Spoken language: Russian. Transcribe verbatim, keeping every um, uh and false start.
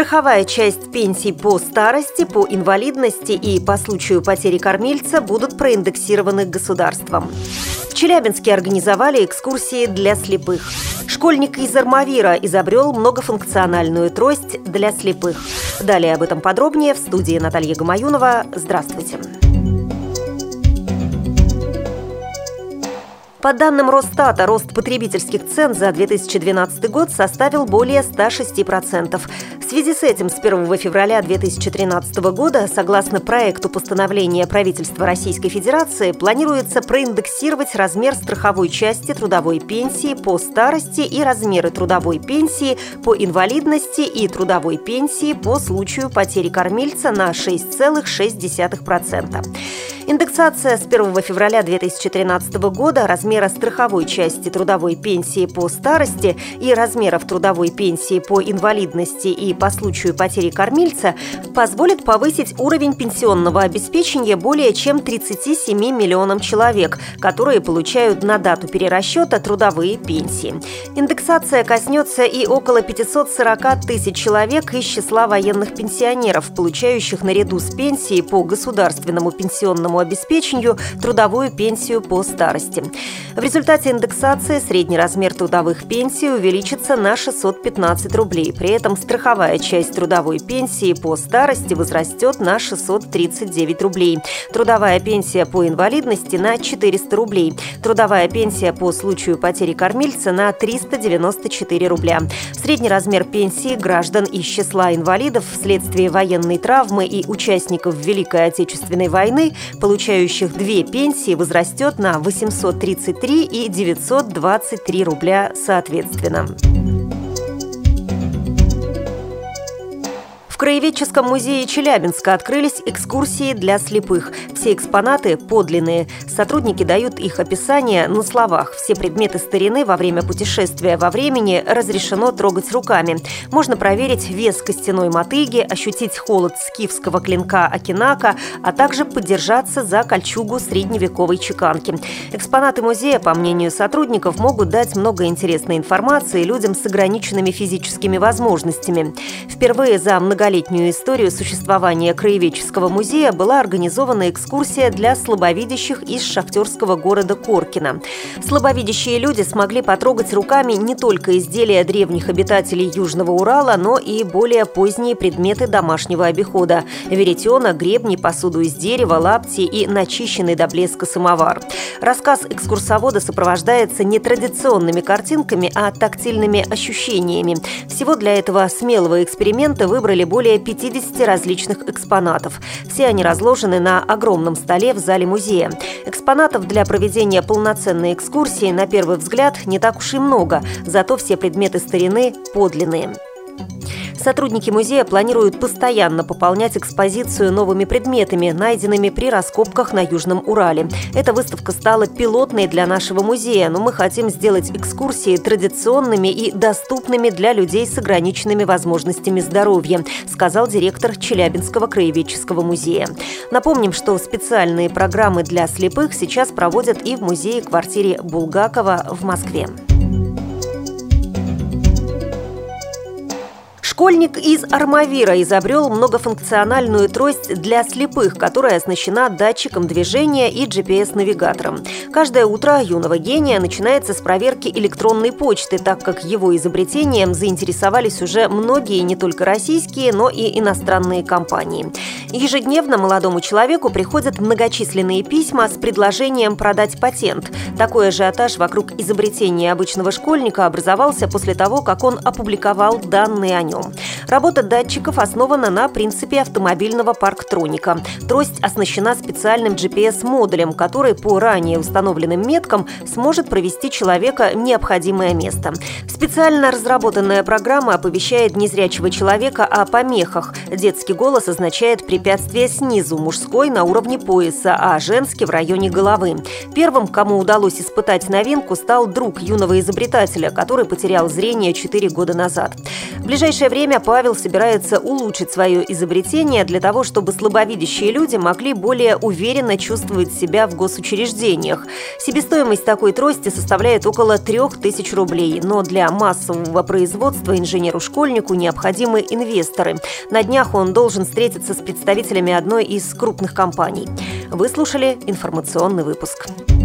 Страховая часть пенсий по старости, по инвалидности и по случаю потери кормильца будут проиндексированы государством. В Челябинске организовали экскурсии для слепых. Школьник из Армавира изобрел многофункциональную трость для слепых. Далее об этом подробнее в студии Наталья Гамаюнова. Здравствуйте. По данным Росстата, рост потребительских цен за две тысячи двенадцатый год составил более ста шести процентов. В связи с этим с первого февраля две тысячи тринадцатого года, согласно проекту постановления правительства Российской Федерации, планируется проиндексировать размер страховой части трудовой пенсии по старости и размеры трудовой пенсии по инвалидности и трудовой пенсии по случаю потери кормильца на шесть целых шесть десятых процента. Индексация с первого февраля две тысячи тринадцатого года размера страховой части трудовой пенсии по старости и размеров трудовой пенсии по инвалидности и по случаю потери кормильца позволит повысить уровень пенсионного обеспечения более чем тридцати семи миллионам человек, которые получают на дату перерасчета трудовые пенсии. Индексация коснется и около пятисот сорока тысяч человек из числа военных пенсионеров, получающих наряду с пенсией по государственному пенсионному обеспечению трудовую пенсию по старости. В результате индексации средний размер трудовых пенсий увеличится на шестьсот пятнадцать рублей. При этом страховая часть трудовой пенсии по старости возрастет на шестьсот тридцать девять рублей. Трудовая пенсия по инвалидности на четыреста рублей. Трудовая пенсия по случаю потери кормильца на триста девяносто четыре рубля. Средний размер пенсии граждан из числа инвалидов вследствие военной травмы и участников Великой Отечественной войны, получающих две пенсии, возрастет на восемьсот тридцать три и девятьсот двадцать три рубля соответственно. В Краеведческом музее Челябинска открылись экскурсии для слепых. Все экспонаты подлинные. Сотрудники дают их описание на словах. Все предметы старины во время путешествия во времени разрешено трогать руками. Можно проверить вес костяной мотыги, ощутить холод скифского клинка Акинака, а также подержаться за кольчугу средневековой чеканки. Экспонаты музея, по мнению сотрудников, могут дать много интересной информации людям с ограниченными физическими возможностями. Впервые за многолетнюю летнюю историю существования Краеведческого музея была организована экскурсия для слабовидящих из шахтерского города Коркино. Слабовидящие люди смогли потрогать руками не только изделия древних обитателей Южного Урала, но и более поздние предметы домашнего обихода – веретена, гребни, посуду из дерева, лапти и начищенный до блеска самовар. Рассказ экскурсовода сопровождается не традиционными картинками, а тактильными ощущениями. Всего для этого смелого эксперимента выбрали более более пятидесяти различных экспонатов. Все они разложены на огромном столе в зале музея. Экспонатов для проведения полноценной экскурсии, на первый взгляд, не так уж и много, зато все предметы старины подлинные. Сотрудники музея планируют постоянно пополнять экспозицию новыми предметами, найденными при раскопках на Южном Урале. Эта выставка стала пилотной для нашего музея, но мы хотим сделать экскурсии традиционными и доступными для людей с ограниченными возможностями здоровья, сказал директор Челябинского краеведческого музея. Напомним, что специальные программы для слепых сейчас проводят и в музее-квартире Булгакова в Москве. Школьник из Армавира изобрел многофункциональную трость для слепых, которая оснащена датчиком движения и джи пи эс-навигатором. Каждое утро юного гения начинается с проверки электронной почты, так как его изобретением заинтересовались уже многие не только российские, но и иностранные компании. Ежедневно молодому человеку приходят многочисленные письма с предложением продать патент. Такой ажиотаж вокруг изобретения обычного школьника образовался после того, как он опубликовал данные о нем. Работа датчиков основана на принципе автомобильного парктроника. Трость оснащена специальным джи пи эс-модулем, который по ранее установленным меткам сможет провести человека в необходимое место. Специально разработанная программа оповещает незрячего человека о помехах. Детский голос означает препятствие снизу, мужской на уровне пояса, а женский в районе головы. Первым, кому удалось испытать новинку, стал друг юного изобретателя, который потерял зрение четыре года назад. В ближайшее время время Павел собирается улучшить свое изобретение для того, чтобы слабовидящие люди могли более уверенно чувствовать себя в госучреждениях. Себестоимость такой трости составляет около трех тысяч рублей, но для массового производства инженеру-школьнику необходимы инвесторы. На днях он должен встретиться с представителями одной из крупных компаний. Вы слушали информационный выпуск.